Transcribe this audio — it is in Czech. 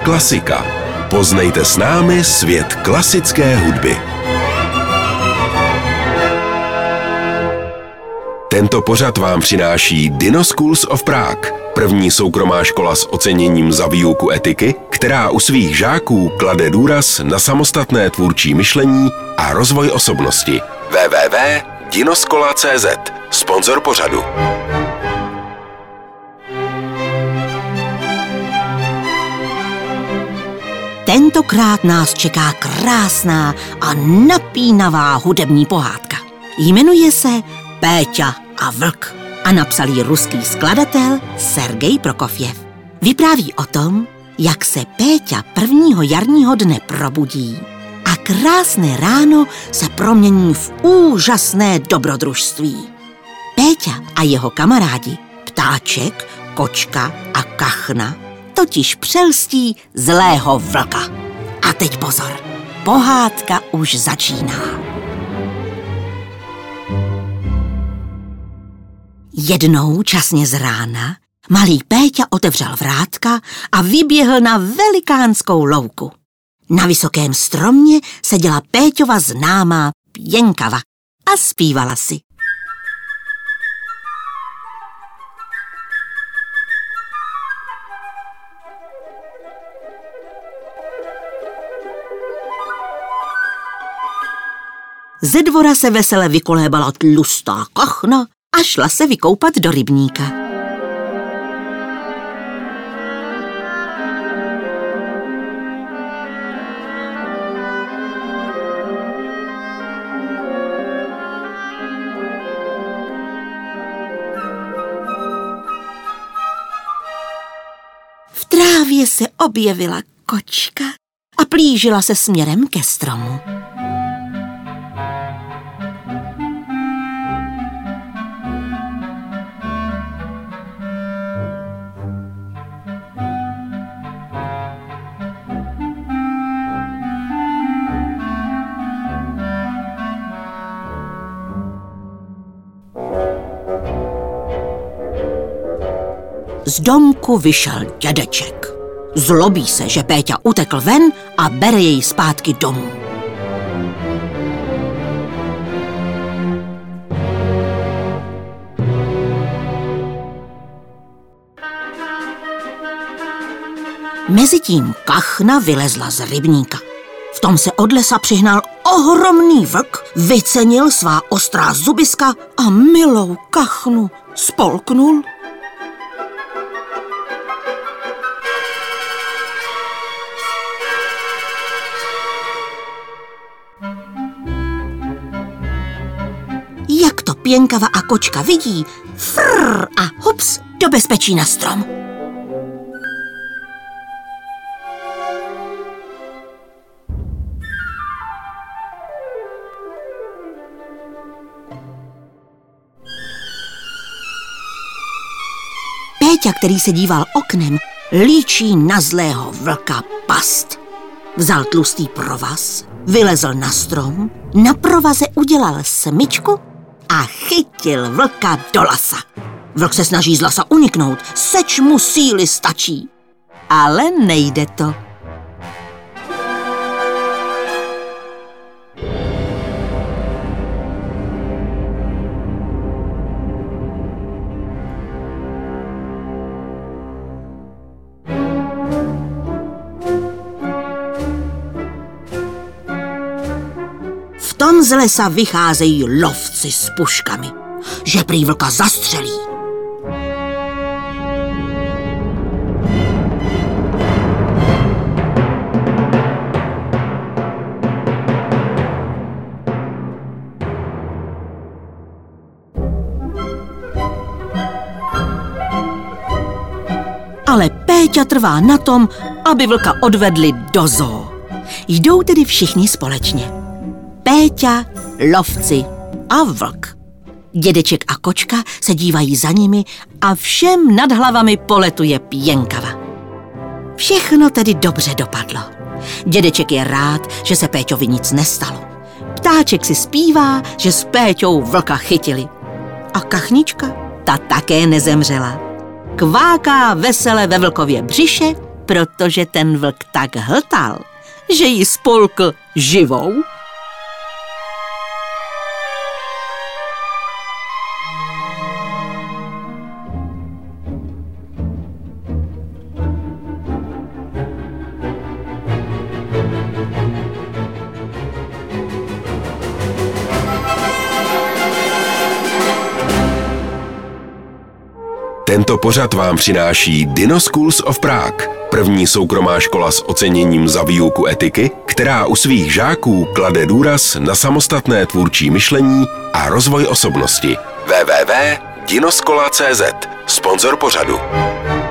Klasika. Poznejte s námi svět klasické hudby. Tento pořad vám přináší Dino Schools of Prague, první soukromá škola s oceněním za výuku etiky, která u svých žáků klade důraz na samostatné tvůrčí myšlení a rozvoj osobnosti. www.dinoskola.cz, sponzor pořadu. Tentokrát nás čeká krásná a napínavá hudební pohádka. Jmenuje se Péťa a vlk a napsal ji ruský skladatel Sergej Prokofjev. Vypráví o tom, jak se Péťa prvního jarního dne probudí a krásné ráno se promění v úžasné dobrodružství. Péťa a jeho kamarádi Ptáček, Kočka a Kachna totiž přelstí zlého vlka. A teď pozor, pohádka už začíná. Jednou časně z rána malý Péťa otevřel vrátka a vyběhl na velikánskou louku. Na vysokém stromě seděla Péťova známá Pěnkava a zpívala si. Ze dvora se vesele vykolébala tlustá Kachna a šla se vykoupat do rybníka. V trávě se objevila Kočka a plížila se směrem ke stromu. Z domku vyšel dědeček. Zlobí se, že Péťa utekl ven a bere jej zpátky domů. Mezitím Kachna vylezla z rybníka. V tom se od lesa přihnal ohromný vlk, vycenil svá ostrá zubiska a milou Kachnu spolknul. Jak to Pěnkava a Kočka vidí, frrr a hups, do bezpečí na strom. Péťa, který se díval oknem, líčí na zlého vlka past. Vzal tlustý provaz, vylezl na strom, na provaze udělal smyčku a chytil vlka do lasa. Vlk se snaží z lasa uniknout, seč mu síly stačí. Ale nejde to. V tom z lesa vycházejí lovci s puškami, že prý vlka zastřelí. Ale Péťa trvá na tom, aby vlka odvedli do zoo. Jdou tedy všichni společně. Péťa, lovci a vlk. Dědeček a Kočka se dívají za nimi a všem nad hlavami poletuje Pěnkava. Všechno tedy dobře dopadlo. Dědeček je rád, že se Péťovi nic nestalo. Ptáček si zpívá, že s Péťou vlka chytili. A Kachnička, ta také nezemřela. Kváká vesele ve vlkově břiše protože ten vlk tak hltal, že ji spolkl živou. Tento pořad vám přináší Dino Schools of Prague, první soukromá škola s oceněním za výuku etiky, která u svých žáků klade důraz na samostatné tvůrčí myšlení a rozvoj osobnosti. www.dinoskola.cz, sponzor pořadu.